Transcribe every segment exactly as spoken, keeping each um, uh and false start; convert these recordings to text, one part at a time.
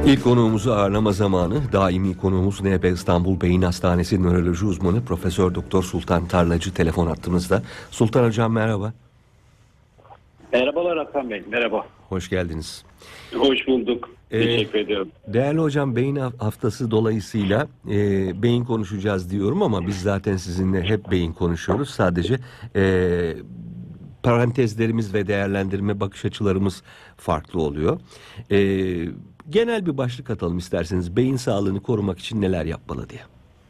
İlk konuğumuzu ağırlama zamanı. Daimi konuğumuz N P İstanbul Beyin Hastanesi Nöroloji Uzmanı Profesör Doktor Sultan Tarlacı telefon hattımızda. Sultan Hocam merhaba. Merhabalar Hakan Bey, merhaba. Hoş geldiniz. Hoş bulduk. Ee, Teşekkür ediyorum. Değerli hocam, beyin haftası dolayısıyla e, beyin konuşacağız diyorum ama biz zaten sizinle hep beyin konuşuyoruz. Sadece e, parantezlerimiz ve değerlendirme bakış açılarımız farklı oluyor. E, genel bir başlık atalım isterseniz. Beyin sağlığını korumak için neler yapmalı diye.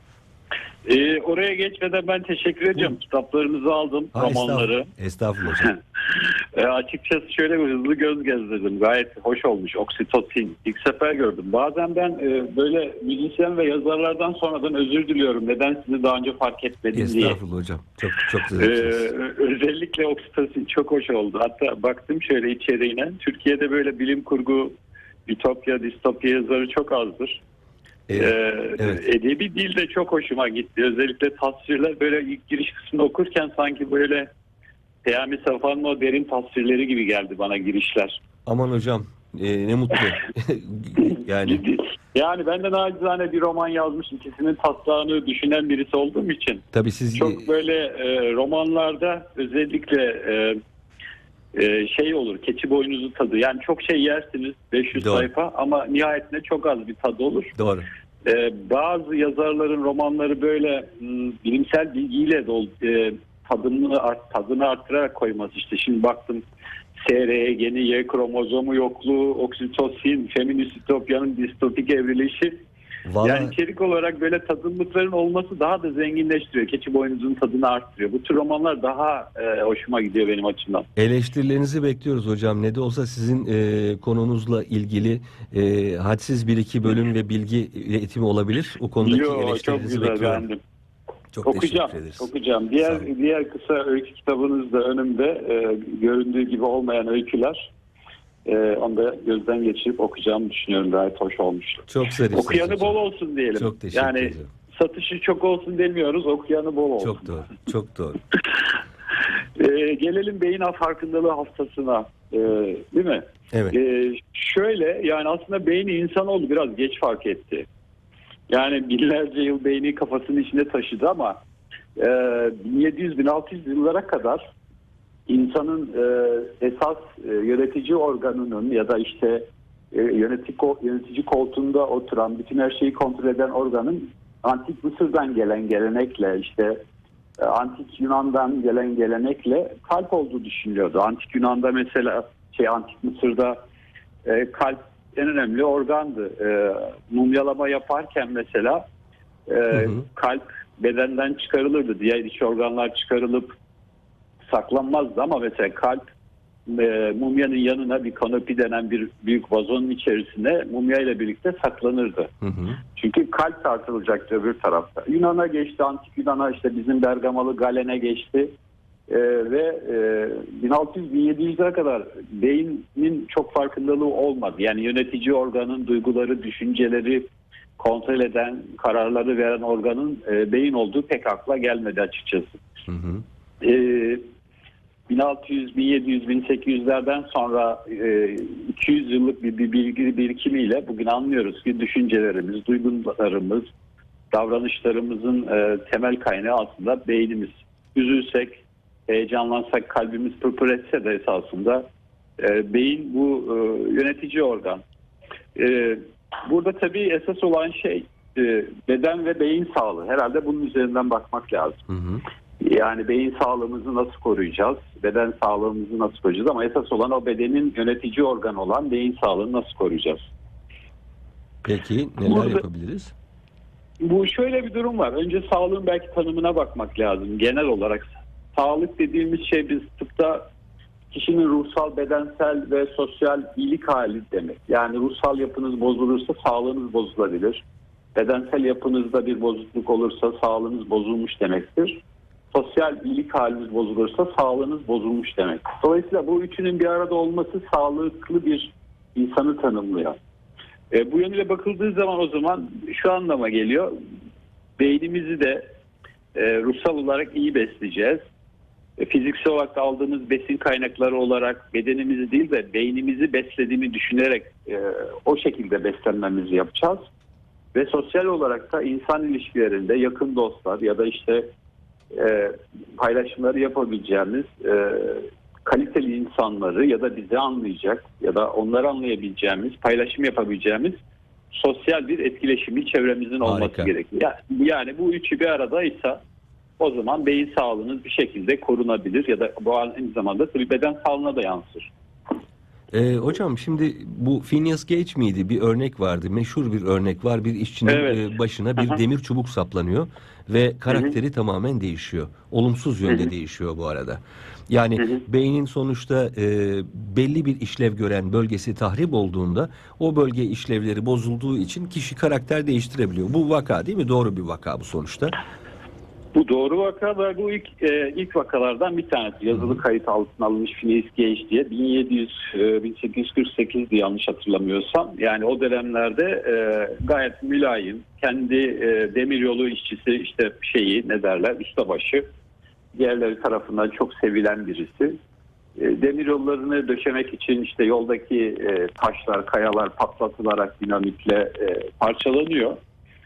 Ee, oraya geçmeden ben teşekkür ediyorum. Kitaplarınızı aldım, Ha, romanları. Estağfurullah, estağfurullah hocam. e, açıkçası şöyle bir hızlı göz gezdirdim. Gayet hoş olmuş. Oksitosin. İlk sefer gördüm. Bazen ben e, böyle müzisyen ve yazarlardan sonradan özür diliyorum. Neden sizi daha önce fark etmedim diye. Estağfurullah hocam. Çok çok Ee, güzel. özellikle oksitosin çok hoş oldu. Hatta baktım şöyle içeriğine. Türkiye'de böyle bilim kurgu, ütopya, distopya yazarı çok azdır. Ee, Ee, evet. Edebi dil de çok hoşuma gitti. Özellikle tasvirler böyle ilk giriş kısmını okurken sanki böyle Peyami Safa'nın o derin tasvirleri gibi geldi bana girişler. Aman hocam e, ne mutlu. yani Yani ben de nacizane bir roman yazmış, ikisinin taslağını düşünen birisi olduğum için. tabii siz Çok böyle e, romanlarda özellikle e, e, şey olur, keçi boynuzu tadı. Yani çok şey yersiniz beş yüz Doğru. sayfa ama nihayetinde çok az bir tadı olur. doğru. Ee, bazı yazarların romanları böyle m, bilimsel bilgiyle dolu, e, tadını, art, tadını arttırarak koyması. İşte şimdi baktım S R E geni, Y kromozomu yokluğu, oksitosin, feminist ütopyanın distopik evrilişi. Vallahi Yani içerik olarak böyle tadımlıkların olması daha da zenginleştiriyor. Keçi boynuzunun tadını arttırıyor. Bu tür romanlar daha e, hoşuma gidiyor benim açımdan. eleştirilerinizi bekliyoruz hocam. Ne de olsa sizin e, konunuzla ilgili e, hadsiz bir iki bölüm ve bilgi iletimi olabilir. O konudaki Yo, çok eleştirinizi güzel, bekliyorum. beğendim. Çok Okuyacağım, teşekkür ederiz. okuyacağım. Sağ Diğer olun. diğer kısa öykü kitabınız da önümde. E, göründüğü gibi olmayan öyküler. E, onu da gözden geçirip okuyacağımı düşünüyorum. Gayet hoş olmuş. Çok zarifsiniz Okuyanı hocam. bol olsun diyelim. Çok teşekkür yani ederim. satışı çok olsun demiyoruz. Okuyanı bol olsun. Çok doğru. Çok doğru. E, gelelim beyin farkındalığı haftasına. E, değil mi? Evet. E, şöyle yani aslında beyni insanoğlu biraz geç fark etti. Yani binlerce yıl beyni kafasının içinde taşıdı ama e, bin yedi yüz bin altı yüz yıllara kadar insanın e, esas e, yönetici organının ya da işte e, yönetici, yönetici koltuğunda oturan bütün her şeyi kontrol eden organın Antik Mısır'dan gelen gelenekle işte e, Antik Yunan'dan gelen gelenekle kalp olduğu düşünülüyordu. Antik Yunan'da mesela şey Antik Mısır'da e, kalp en önemli organdı. E, mumyalama yaparken mesela e, Hı hı. kalp bedenden çıkarılırdı. Diğer iç organlar çıkarılıp saklanmazdı ama mesela kalp e, mumyanın yanına bir kanopi denen bir büyük vazonun içerisine mumya ile birlikte saklanırdı. Hı hı. Çünkü kalp tartılacaktı öbür tarafta. Yunan'a geçti, Antik Yunan'a işte bizim Bergamalı Galen'e geçti. Ee, ve e, bin altı yüz bin yedi yüzlere kadar beynin çok farkındalığı olmadı. Yani yönetici organın duyguları, düşünceleri kontrol eden, kararları veren organın e, beyin olduğu pek akla gelmedi açıkçası. Hı hı. Ee, bin altı yüz, bin yedi yüz, bin sekiz yüzlerden sonra e, iki yüz yıllık bir, bir bilgi birikimiyle bugün anlıyoruz ki düşüncelerimiz, duygularımız, davranışlarımızın e, temel kaynağı aslında beynimiz. Üzülsek, heyecanlansak, kalbimiz pırpır etse de esasında e, beyin bu e, yönetici organ. E, burada tabii esas olan şey e, beden ve beyin sağlığı. Herhalde bunun üzerinden bakmak lazım. Hı hı. Yani beyin sağlığımızı nasıl koruyacağız? Beden sağlığımızı nasıl koruyacağız? Ama esas olan o bedenin yönetici organı olan beyin sağlığını nasıl koruyacağız? Peki neler Burada- yapabiliriz? Bu şöyle bir durum var. Önce sağlığın belki tanımına bakmak lazım. Genel olarak sağlık dediğimiz şey biz tıpta kişinin ruhsal, bedensel ve sosyal iyilik hali demek. Yani ruhsal yapınız bozulursa sağlığınız bozulabilir. Bedensel yapınızda bir bozukluk olursa sağlığınız bozulmuş demektir. Sosyal iyilik haliniz bozulursa sağlığınız bozulmuş demek. Dolayısıyla bu üçünün bir arada olması sağlıklı bir insanı tanımlıyor. E, bu yönüyle bakıldığı zaman o zaman şu anlama geliyor. Beynimizi de e, ruhsal olarak iyi besleyeceğiz. e, fiziksel olarak aldığımız besin kaynakları olarak bedenimizi değil de beynimizi beslediğini düşünerek e, o şekilde beslenmemizi yapacağız. Ve sosyal olarak da insan ilişkilerinde yakın dostlar ya da işte e, paylaşımları yapabileceğimiz e, kaliteli insanları ya da bizi anlayacak ya da onları anlayabileceğimiz, paylaşım yapabileceğimiz sosyal bir etkileşimi çevremizin olması Harika. gerekiyor. Yani, yani bu üçü bir aradaysa o zaman beyin sağlığınız bir şekilde korunabilir ya da bu aynı zamanda tabii beden sağlığına da yansır. Ee, hocam şimdi bu Phineas Gage miydi? Bir örnek vardı. Meşhur bir örnek var. Bir işçinin Evet. e, başına bir Aha. demir çubuk saplanıyor ve karakteri tamamen değişiyor. Olumsuz yönde değişiyor bu arada. Yani Hı hı. beynin sonuçta e, belli bir işlev gören bölgesi tahrip olduğunda o bölge işlevleri bozulduğu için kişi karakter değiştirebiliyor. Bu vaka değil mi? Doğru bir vaka bu sonuçta. Bu doğru vaka ve bu ilk e, ilk vakalardan bir tanesi. Yazılı kayıt altına alınmış Phineas Gage diye bin yedi yüz bin sekiz yüz kırk sekizdi yanlış hatırlamıyorsam. Yani o dönemlerde e, gayet mülayim, kendi e, demiryolu işçisi işte şeyi ne derler ustabaşı, diğerleri tarafından çok sevilen birisi. E, demiryollarını döşemek için işte yoldaki e, taşlar, kayalar patlatılarak dinamitle e, parçalanıyor.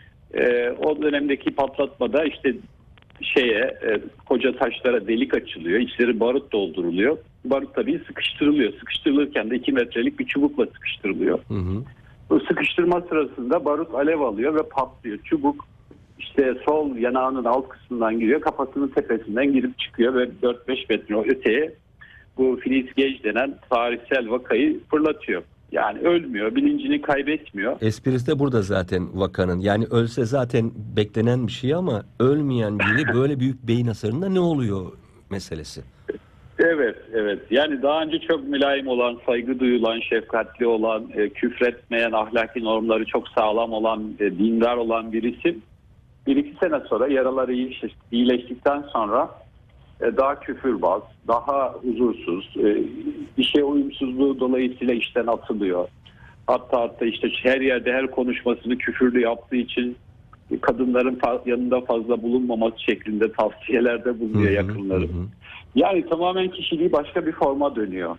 E, o dönemdeki patlatmada işte şeye e, koca taşlara delik açılıyor. İçleri barut dolduruluyor. Barut tabii sıkıştırılıyor. Sıkıştırılırken de iki metrelik bir çubukla sıkıştırılıyor. Hı hı. Bu sıkıştırma sırasında barut alev alıyor ve patlıyor. Çubuk işte sol yanağının alt kısmından giriyor. Kafasının tepesinden girip çıkıyor ve dört beş metre öteye bu Phineas Gage denen tarihsel vakayı fırlatıyor. Yani ölmüyor, bilincini kaybetmiyor. Esprisi de burada zaten vakanın. Yani ölse zaten beklenen bir şey ama ölmeyen biri böyle büyük beyin hasarında ne oluyor meselesi. Evet, evet. Yani daha önce çok mülayim olan, saygı duyulan, şefkatli olan, e, küfretmeyen, ahlaki normları çok sağlam olan, e, dindar olan birisi bir iki sene sonra yaraları iyileş- iyileştikten sonra e, daha küfürbaz, daha huzursuz, e, işe uyumsuzluğu dolayısıyla işten atılıyor. Hatta hatta işte her yerde her konuşmasını küfürlü yaptığı için kadınların fa- yanında fazla bulunmaması şeklinde tavsiyelerde bulunuyor Hı hı, yakınları. hı hı. Yani tamamen kişiliği başka bir forma dönüyor.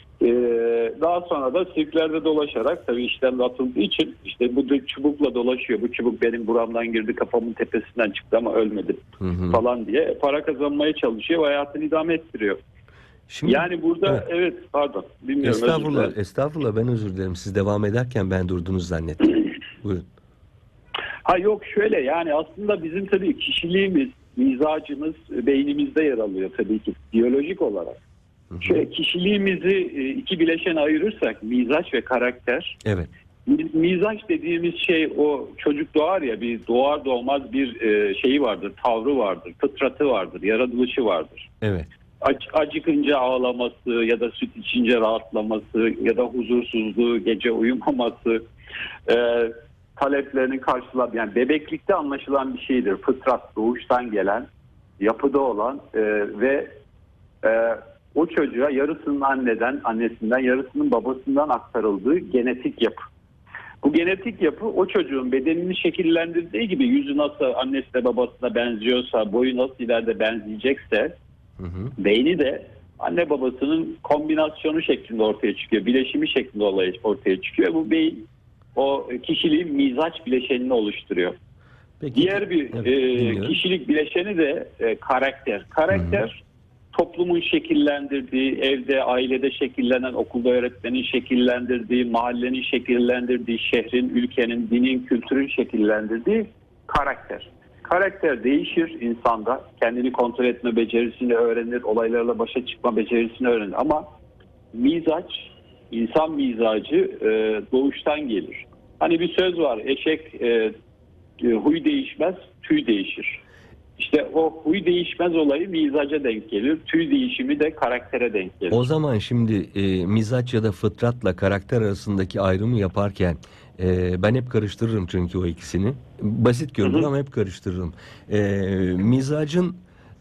Ee, daha sonra da sirklerde dolaşarak tabii işten de atıldığı için işte bu da çubukla dolaşıyor. Bu çubuk benim buramdan girdi, kafamın tepesinden çıktı ama ölmedim Hı hı. falan diye para kazanmaya çalışıyor ve hayatını idame ettiriyor. Şimdi, Yani burada evet. evet, pardon bilmiyorum. özür Estağfurullah, dilerim. estağfurullah ben özür dilerim. Siz devam ederken ben durdunuz zannettim. Buyurun. Ha yok şöyle yani aslında bizim tabii kişiliğimiz, mizacımız beynimizde yer alıyor tabii ki biyolojik olarak. Şöyle kişiliğimizi e, iki bileşen ayırırsak mizaç ve karakter. Evet. Mi- Mizaç dediğimiz şey o çocuk doğar ya bir doğar doğmaz bir e, şeyi vardır, tavrı vardır, fıtratı vardır, yaratılışı vardır. Evet. Ac- acıkınca ağlaması ya da süt içince rahatlaması ya da huzursuzluğu, gece uyumaması, e, taleplerini karşılar. Yani bebeklikte anlaşılan bir şeydir. Fıtrat doğuştan gelen, yapıda olan e, ve e, o çocuğa yarısının anneden, annesinden, yarısının babasından aktarıldığı genetik yapı. Bu genetik yapı o çocuğun bedenini şekillendirdiği gibi yüzü nasıl annesine babasına benziyorsa, boyu nasıl ileride benzeyecekse Hı hı. beyni de anne babasının kombinasyonu şeklinde ortaya çıkıyor. Bileşimi şeklinde olay- ortaya çıkıyor. Bu beyin o kişiliğin mizaç bileşenini oluşturuyor. Peki, Diğer bir evet, e, dinliyorum. kişilik bileşeni de e, karakter. Karakter toplumun şekillendirdiği, evde, ailede şekillenen, okulda öğretmenin şekillendirdiği, mahallenin şekillendirdiği, şehrin, ülkenin, dinin, kültürün şekillendirdiği karakter. Karakter değişir insanda. Kendini kontrol etme becerisini öğrenir, olaylarla başa çıkma becerisini öğrenir. Ama mizaç, insan mizacı e, doğuştan gelir. Hani bir söz var, eşek e, e, huy değişmez, tüy değişir. İşte o huy değişmez olayı mizaca denk gelir. Tüy değişimi de karaktere denk gelir. O zaman şimdi e, mizaç ya da fıtratla karakter arasındaki ayrımı yaparken e, ben hep karıştırırım çünkü o ikisini. Basit görünür Hı hı. ama hep karıştırırım. E, mizacın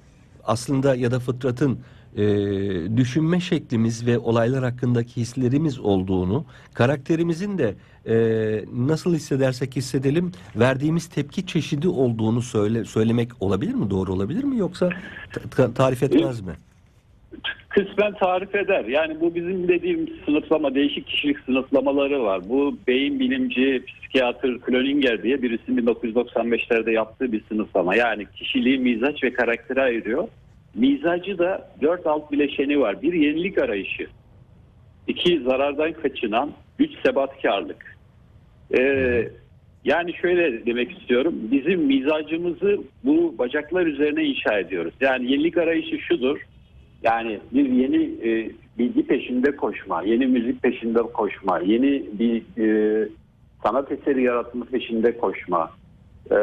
aslında ya da fıtratın e, düşünme şeklimiz ve olaylar hakkındaki hislerimiz olduğunu, karakterimizin de e, nasıl hissedersek hissedelim verdiğimiz tepki çeşidi olduğunu söyle söylemek olabilir mi? Doğru olabilir mi? Yoksa ta- ta- tarif etmez mi? Kısmen tarif eder. Yani bu bizim dediğimiz sınıflama, değişik kişilik sınıflamaları var. Bu beyin bilimci, psikiyatr Cloninger diye birisinin bin dokuz yüz doksan beşlerde yaptığı bir sınıflama. Yani kişiliği mizaç ve karaktere ayırıyor. Mizacı da dört alt bileşeni var. Bir, yenilik arayışı. İki, zarardan kaçınan. Üç, sebatkarlık. Ee, yani şöyle demek istiyorum. Bizim mizacımızı bu bacaklar üzerine inşa ediyoruz. Yani yenilik arayışı şudur. Yani bir yeni e, bilgi peşinde koşma, yeni müzik peşinde koşma, yeni bir e, sanat eseri yaratma peşinde koşma. E,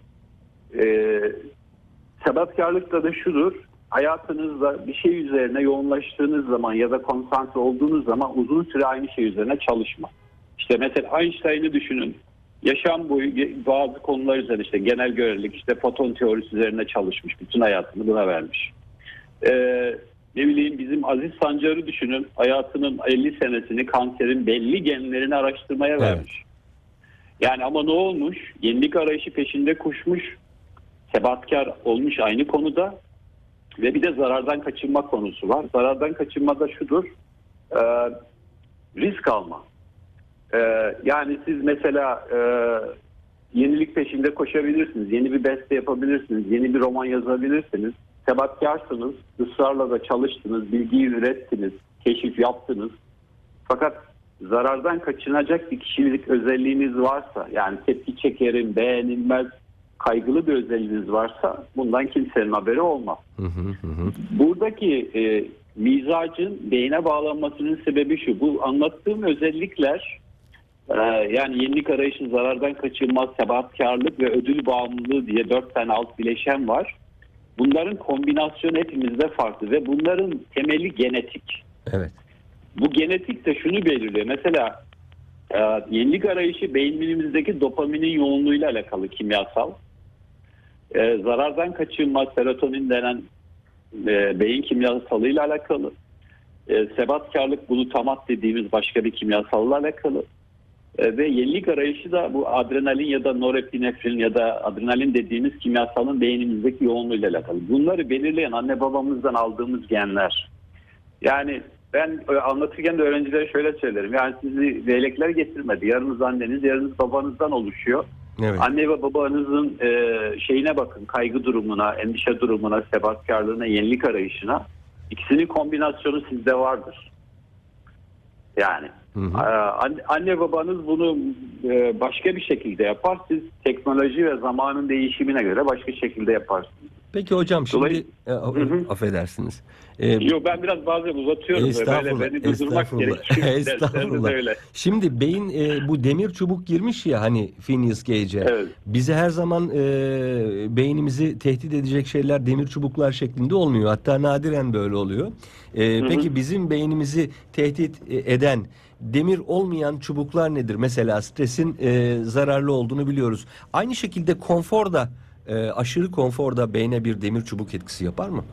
e, sebatkarlık da da şudur. Hayatınızda bir şey üzerine yoğunlaştığınız zaman ya da konsantre olduğunuz zaman uzun süre aynı şey üzerine çalışma. İşte mesela Einstein'ı düşünün. Yaşam boyu bazı konular üzerine, işte genel görelilik, işte foton teorisi üzerine çalışmış. Bütün hayatını buna vermiş. Ee, ne bileyim bizim Aziz Sancar'ı düşünün. Hayatının elli senesini kanserin belli genlerini araştırmaya vermiş. Evet. Yani ama ne olmuş? Yenilik arayışı peşinde koşmuş. Sebatkar olmuş aynı konuda. Ve bir de zarardan kaçınma konusu var. Zarardan kaçınma da şudur. E, risk alma. E, yani siz mesela e, yenilik peşinde koşabilirsiniz. Yeni bir beste yapabilirsiniz. Yeni bir roman yazabilirsiniz. Sebatkarsınız. Israrla da çalıştınız. Bilgiyi ürettiniz. Keşif yaptınız. Fakat zarardan kaçınacak bir kişilik özelliğiniz varsa, yani tepki çekerim, beğenilmez, kaygılı bir özelliğiniz varsa bundan kimsenin haberi olmaz. Hı hı hı. Buradaki e, mizacın beyne bağlanmasının sebebi şu. Bu anlattığım özellikler e, yani yenilik arayışı, zarardan kaçınma, sebatkarlık ve ödül bağımlılığı diye dört tane alt bileşen var. Bunların kombinasyonu hepimizde farklı ve bunların temeli genetik. Evet. Bu genetik de şunu belirliyor. Mesela e, yenilik arayışı beyin bilimimizdeki dopaminin yoğunluğuyla alakalı kimyasal. E, zarardan kaçınma, serotonin denen e, beyin kimyasalıyla alakalı. E, sebatkarlık, glutamat dediğimiz başka bir kimyasalla alakalı. E, ve yenilik arayışı da bu adrenalin ya da norepinefrin ya da adrenalin dediğimiz kimyasalın beynimizdeki yoğunluğuyla alakalı. Bunları belirleyen anne babamızdan aldığımız genler. Yani ben anlatırken de öğrencilere şöyle söylerim. Yani sizi leylekler getirmedi. Yarınız anneniz, yarınız babanızdan oluşuyor. Evet. Anne ve babanızın e, şeyine bakın, kaygı durumuna, endişe durumuna, sebatkarlığına, yenilik arayışına. İkisinin kombinasyonu sizde vardır. Yani hı hı. Anne, anne babanız bunu e, başka bir şekilde yapar. Siz teknoloji ve zamanın değişimine göre başka şekilde yaparsınız. Peki hocam şimdi e, affedersiniz. E, Yok ben biraz bazen uzatıyorum. Estağfurullah. Böyle beni durdurmak gerekiyor. Estağfurullah. Şimdi beyin e, bu demir çubuk girmiş ya hani Phineas Gage'e. Evet. Bize her zaman e, beynimizi tehdit edecek şeyler demir çubuklar şeklinde olmuyor. Hatta nadiren böyle oluyor. E, hı hı. Peki bizim beynimizi tehdit eden demir olmayan çubuklar nedir? Mesela stresin e, zararlı olduğunu biliyoruz. Aynı şekilde konfor da e, aşırı konfor da beyne bir demir çubuk etkisi yapar mı?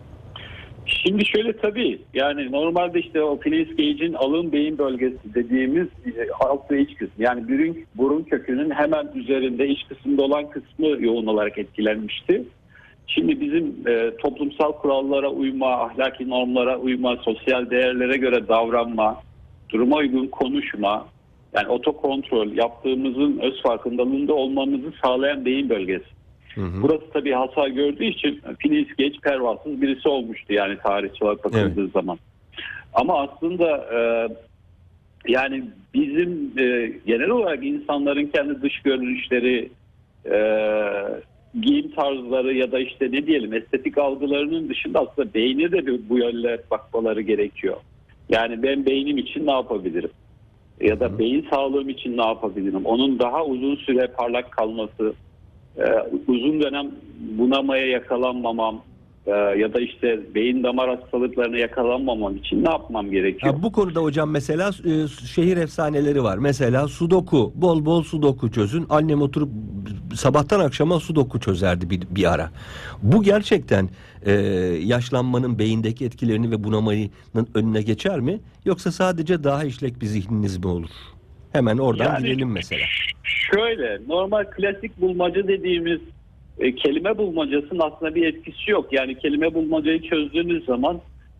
Şimdi şöyle tabii yani normalde işte o Phineas Gage'in alın beyin bölgesi dediğimiz alt ve iç kısmı, yani burun, burun kökünün hemen üzerinde iç kısmında olan kısmı yoğun olarak etkilenmişti. Şimdi bizim e, toplumsal kurallara uyma, ahlaki normlara uyma, sosyal değerlere göre davranma, duruma uygun konuşma, yani otokontrol yaptığımızın öz farkındalığında olmamızı sağlayan beyin bölgesi. Hı hı. Burası tabii hasar gördüğü için Phineas Gage pervasız birisi olmuştu yani tarihçi olarak bakıldığı evet. zaman. Ama aslında e, yani bizim e, genel olarak insanların kendi dış görünüşleri, e, giyim tarzları ya da işte ne diyelim estetik algılarının dışında aslında beyne de bu yönle bakmaları gerekiyor. Yani ben beynim için ne yapabilirim? Ya da beyin sağlığım için ne yapabilirim? Onun daha uzun süre parlak kalması, e, uzun dönem bunamaya yakalanmamam e, ya da işte beyin damar hastalıklarına yakalanmamam için ne yapmam gerekiyor? Ya bu konuda hocam mesela e, şehir efsaneleri var. Mesela sudoku, bol bol sudoku çözün. Annem oturup sabahtan akşama sudoku çözerdi bir, bir ara. Bu gerçekten e, yaşlanmanın beyindeki etkilerini ve bunamayının önüne geçer mi? Yoksa sadece daha işlek bir zihniniz mi olur? Hemen oradan yani, girelim mesela. Şöyle, normal klasik bulmaca dediğimiz e, kelime bulmacasının aslında bir etkisi yok. Yani kelime bulmacayı çözdüğünüz zaman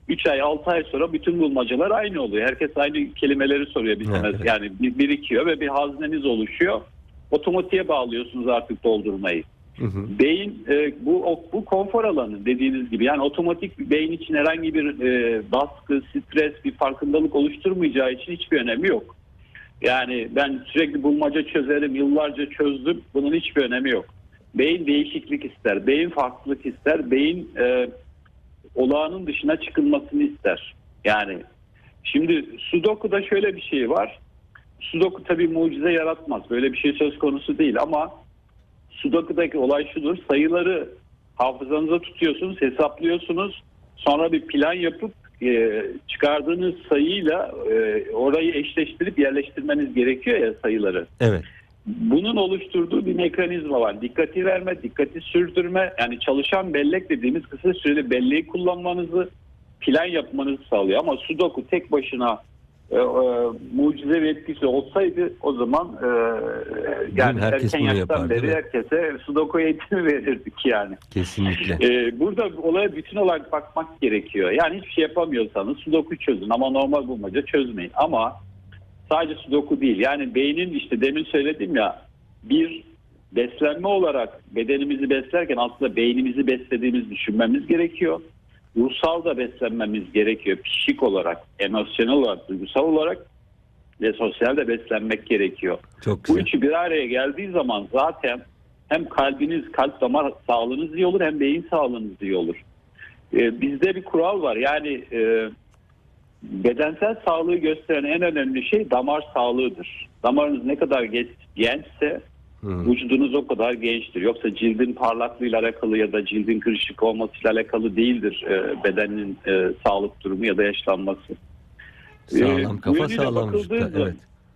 üç ay altı ay sonra bütün bulmacalar aynı oluyor. Herkes aynı kelimeleri soruyor bize. Evet. Yani bir, birikiyor ve bir hazneniz oluşuyor. Otomatiğe bağlıyorsunuz artık doldurmayı. Hı hı. Beyin e, bu o- bu konfor alanı dediğiniz gibi. Yani otomatik bir beyin için herhangi bir e, baskı, stres, bir farkındalık oluşturmayacağı için hiçbir önemi yok. Yani ben sürekli bulmaca çözerim, yıllarca çözdüm. Bunun hiçbir önemi yok. Beyin değişiklik ister, beyin farklılık ister, beyin e, olağanın dışına çıkılmasını ister. Yani şimdi Sudoku'da şöyle bir şey var. Sudoku tabii mucize yaratmaz. Böyle bir şey söz konusu değil ama Sudoku'daki olay şudur. Sayıları hafızanıza tutuyorsunuz, hesaplıyorsunuz. Sonra bir plan yapıp e, çıkardığınız sayıyla e, orayı eşleştirip yerleştirmeniz gerekiyor ya sayıları. Evet. Bunun oluşturduğu bir mekanizma var. Dikkati verme, dikkati sürdürme. Yani çalışan bellek dediğimiz kısa süreli belleği kullanmanızı, plan yapmanızı sağlıyor. Ama Sudoku tek başına e, e, mucize bir etkisi olsaydı o zaman e, yani Herkes erken bunu yaştan yapar, değil beri mi? herkese Sudoku eğitimi verirdik yani. Kesinlikle. E, burada olaya bütün olarak bakmak gerekiyor. Yani hiçbir şey yapamıyorsanız Sudoku çözün ama normal bulmaca çözmeyin. Ama sadece Sudoku değil. Yani beynin işte demin söyledim ya bir beslenme olarak bedenimizi beslerken aslında beynimizi beslediğimiz düşünmemiz gerekiyor. Ruhsal da beslenmemiz gerekiyor. Psikik olarak, emosyonel olarak, duygusal olarak ve sosyal de beslenmek gerekiyor. Çok Bu güzel. üçü bir araya geldiği zaman zaten hem kalbiniz, kalp damar sağlığınız iyi olur hem beyin sağlığınız iyi olur. Ee, bizde bir kural var. Yani e, bedensel sağlığı gösteren en önemli şey damar sağlığıdır. Damarınız ne kadar geç, gençse Hı. vücudunuz o kadar gençtir. Yoksa cildin parlaklığıyla alakalı ya da cildin kırışık olmasıyla alakalı değildir e, bedenin e, sağlık durumu ya da yaşlanması. Sağlam Ee, bu kafa, yönüyle sağlam vücut. bakıldığı zaman- Evet.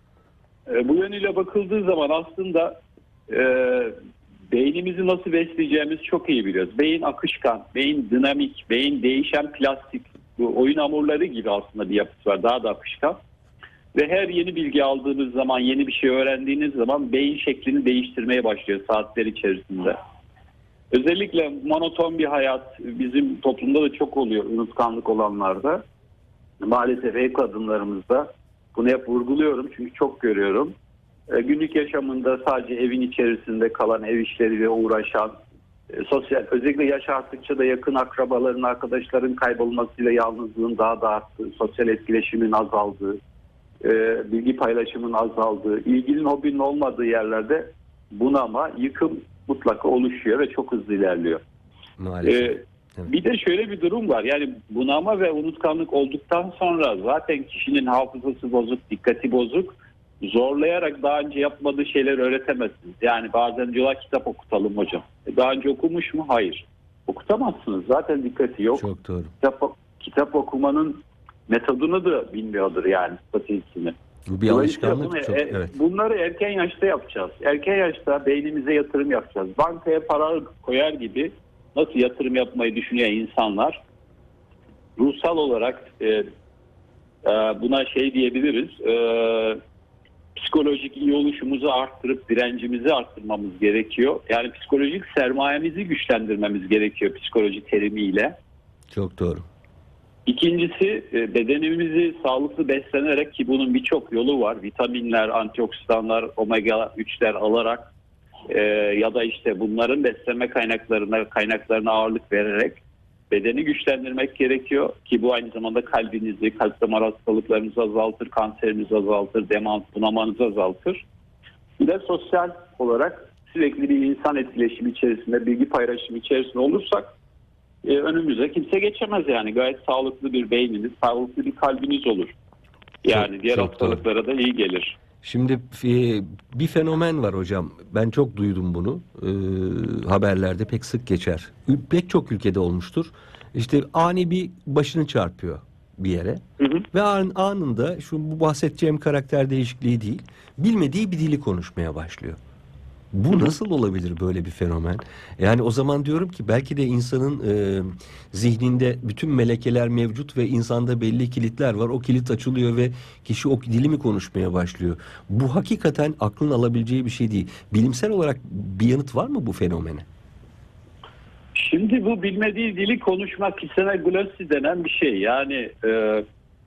E, bu yönüyle bakıldığı zaman aslında e, beynimizi nasıl besleyeceğimizi çok iyi biliyoruz. Beyin akışkan, beyin dinamik, beyin değişen plastik. Bu oyun hamurları gibi aslında bir yapısı var. Daha da akışkan. Ve her yeni bilgi aldığınız zaman, yeni bir şey öğrendiğiniz zaman beyin şeklini değiştirmeye başlıyor saatler içerisinde. Özellikle monoton bir hayat bizim toplumda da çok oluyor unutkanlık olanlarda. Maalesef ev kadınlarımızda bunu hep vurguluyorum çünkü çok görüyorum. E, günlük yaşamında sadece evin içerisinde kalan, ev işleriyle uğraşan, e, sosyal özellikle yaş arttıkça da yakın akrabaların, arkadaşların kaybolmasıyla yalnızlığın daha da arttığı, sosyal etkileşimin azaldığı, e, bilgi paylaşımın azaldığı, ilginin, hobinin olmadığı yerlerde bunama, yıkım mutlaka oluşuyor ve çok hızlı ilerliyor. Maalesef. Ee, Evet. Bir de şöyle bir durum var. Yani bunama ve unutkanlık olduktan sonra zaten kişinin hafızası bozuk, dikkati bozuk. Zorlayarak daha önce yapmadığı şeyleri öğretemezsiniz. Yani bazen diyorlar kitap okutalım hocam. E, Daha önce okumuş mu? Hayır. Okutamazsınız. Zaten dikkati yok. Çok doğru. Kitap, kitap okumanın metodunu da bilmiyordur yani stratejisini. Bu bir Dolayısıyla alışkanlık. bunu, Çok, e, evet. Bunları erken yaşta yapacağız. Erken yaşta beynimize yatırım yapacağız. Bankaya para koyar gibi nasıl yatırım yapmayı düşünüyor insanlar. Ruhsal olarak e, e, buna şey diyebiliriz. E, psikolojik iyi oluşumuzu arttırıp direncimizi arttırmamız gerekiyor. Yani psikolojik sermayemizi güçlendirmemiz gerekiyor psikoloji terimiyle. Çok doğru. İkincisi e, bedenimizi sağlıklı beslenerek ki bunun birçok yolu var. Vitaminler, antioksidanlar, omega üçler alarak e, ya da işte bunların beslenme kaynaklarına kaynaklarına ağırlık vererek bedeni güçlendirmek gerekiyor. Ki bu aynı zamanda kalbinizi, kalp damar hastalıklarınızı azaltır, kanserinizi azaltır, demans, bunamanızı azaltır. Bir de sosyal olarak sürekli bir insan etkileşimi içerisinde, bilgi paylaşımı içerisinde olursak Ee, önümüze kimse geçemez yani. Gayet sağlıklı bir beyniniz, sağlıklı bir kalbiniz olur. Yani Çok- diğer çok hastalıklara da iyi gelir. Şimdi e, bir fenomen var hocam. Ben çok duydum bunu. E, haberlerde pek sık geçer. Ü- Pek çok ülkede olmuştur. İşte ani bir başını çarpıyor bir yere. Hı hı. Ve an- anında şu bu bahsedeceğim karakter değişikliği değil. Bilmediği bir dili konuşmaya başlıyor. Bu nasıl olabilir böyle bir fenomen? Yani o zaman diyorum ki belki de insanın e, zihninde bütün melekeler mevcut ve insanda belli kilitler var. O kilit açılıyor ve kişi o dili mi konuşmaya başlıyor? Bu hakikaten aklın alabileceği bir şey değil. Bilimsel olarak bir yanıt var mı bu fenomene? Şimdi bu bilmediği dili konuşmak kiseneglosi denen bir şey. Yani e,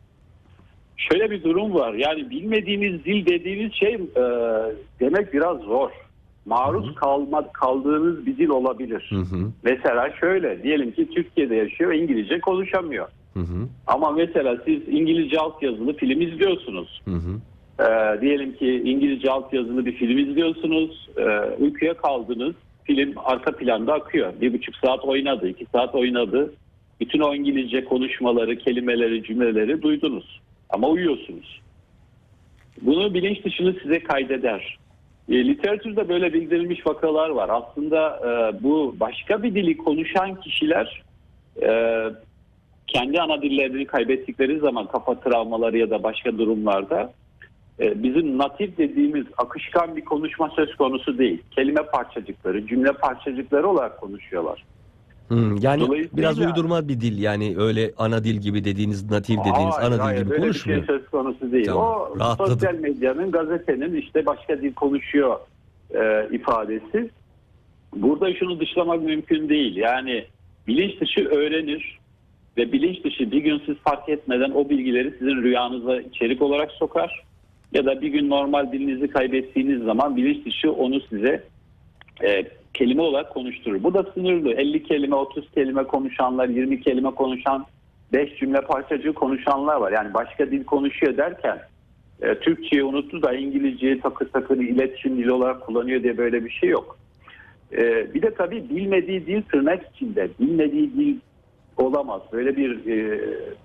şöyle bir durum var. Yani bilmediğiniz dil dediğiniz şey e, demek biraz zor. Maruz kalma, kaldığınız bir dil olabilir. Hı hı. Mesela şöyle, diyelim ki Türkiye'de yaşıyor ve İngilizce konuşamıyor. Hı hı. Ama mesela siz İngilizce altyazılı film izliyorsunuz. Hı hı. Ee, diyelim ki İngilizce altyazılı bir film izliyorsunuz. Ee, uykuya kaldınız. Film arka planda akıyor. Bir buçuk saat oynadı, iki saat oynadı. Bütün o İngilizce konuşmaları, kelimeleri, cümleleri duydunuz. Ama uyuyorsunuz. Bunu bilinç dışını size kaydeder. E, literatürde böyle bildirilmiş vakalar var. Aslında e, bu başka bir dili konuşan kişiler e, kendi ana dillerini kaybettikleri zaman kafa travmaları ya da başka durumlarda e, bizim natif dediğimiz akışkan bir konuşma söz konusu değil. Kelime parçacıkları, cümle parçacıkları olarak konuşuyorlar. Hmm, yani Dolayısıyla- biraz uydurma bir dil, yani öyle ana dil gibi dediğiniz, natif dediğiniz Hayır, ana dil hayır, gibi böyle konuşmuyor. bir şey söz konusu değil. Tamam, O rahatladım. sosyal medyanın, gazetenin işte başka dil konuşuyor e, ifadesi. Burada şunu dışlamak mümkün değil. Yani bilinç dışı öğrenir ve bilinç dışı bir gün siz fark etmeden o bilgileri sizin rüyanıza içerik olarak sokar. Ya da bir gün normal dilinizi kaybettiğiniz zaman bilinç dışı onu size e, kelime olarak konuşturur. Bu da sınırlı. elli kelime, otuz kelime konuşanlar, yirmi kelime konuşan, beş cümle parçacığı konuşanlar var. Yani başka dil konuşuyor derken e, Türkçeyi unuttu da İngilizceyi takır takır iletişim dili olarak kullanıyor diye böyle bir şey yok. E, bir de tabii bilmediği dil tırnak içinde. Bilmediği dil olamaz. Böyle bir e,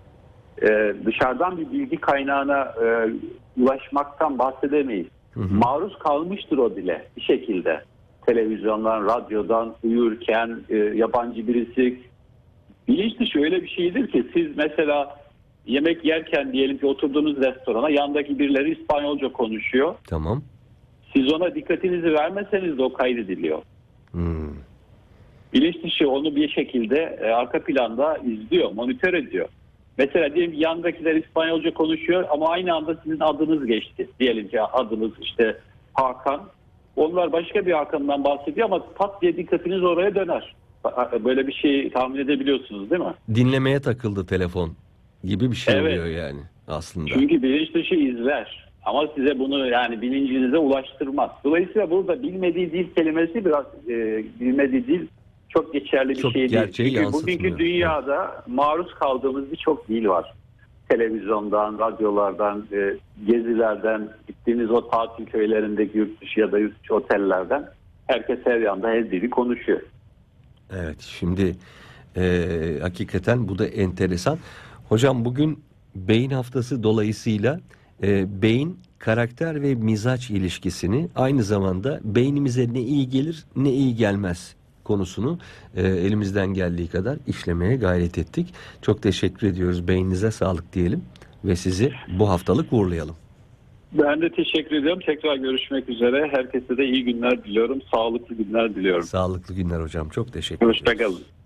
e, dışarıdan bir bilgi kaynağına e, ulaşmaktan bahsedemeyiz. Hı hı. Maruz kalmıştır o dile bir şekilde. Televizyondan, radyodan, uyurken e, yabancı birisi. Bilinç dışı öyle bir şeydir ki siz mesela yemek yerken diyelim ki oturduğunuz restorana yandaki birileri İspanyolca konuşuyor. Tamam. Siz ona dikkatinizi vermeseniz de o kaydediliyor. Hmm. Bilinç dışı onu bir şekilde e, arka planda izliyor, monitör ediyor. Mesela diyelim ki yandakiler İspanyolca konuşuyor ama aynı anda sizin adınız geçti. Diyelim ki adınız işte Hakan. Onlar başka bir Hakan'dan bahsediyor ama pat diye dikkatiniz oraya döner. Böyle bir şey tahmin edebiliyorsunuz değil mi? Dinlemeye takıldı telefon gibi bir şey Evet. oluyor yani aslında. Çünkü bilinç dışı izler. Ama size bunu yani bilincinize ulaştırmaz. Dolayısıyla burada bilmediği dil kelimesi biraz e, bilmediği dil çok geçerli bir Çok şey değil. gerçeği Çünkü yansıtmıyor. bugünkü dünyada maruz kaldığımız birçok dil var. Televizyondan, radyolardan, e, gezilerden, gittiğiniz o tatil köylerindeki yurt dışı ya da yurt dışı otellerden herkes her yanda her dili konuşuyor. Evet, şimdi e, hakikaten bu da enteresan. Hocam bugün beyin haftası dolayısıyla e, beyin, karakter ve mizaç ilişkisini, aynı zamanda beynimize ne iyi gelir ne iyi gelmez konusunu e, elimizden geldiği kadar işlemeye gayret ettik. Çok teşekkür ediyoruz. Beyninize sağlık diyelim ve sizi bu haftalık uğurlayalım. Ben de teşekkür ediyorum. Tekrar görüşmek üzere. Herkese de iyi günler diliyorum. Sağlıklı günler diliyorum. Sağlıklı günler hocam. Çok teşekkür ederim. Hoşçakalın.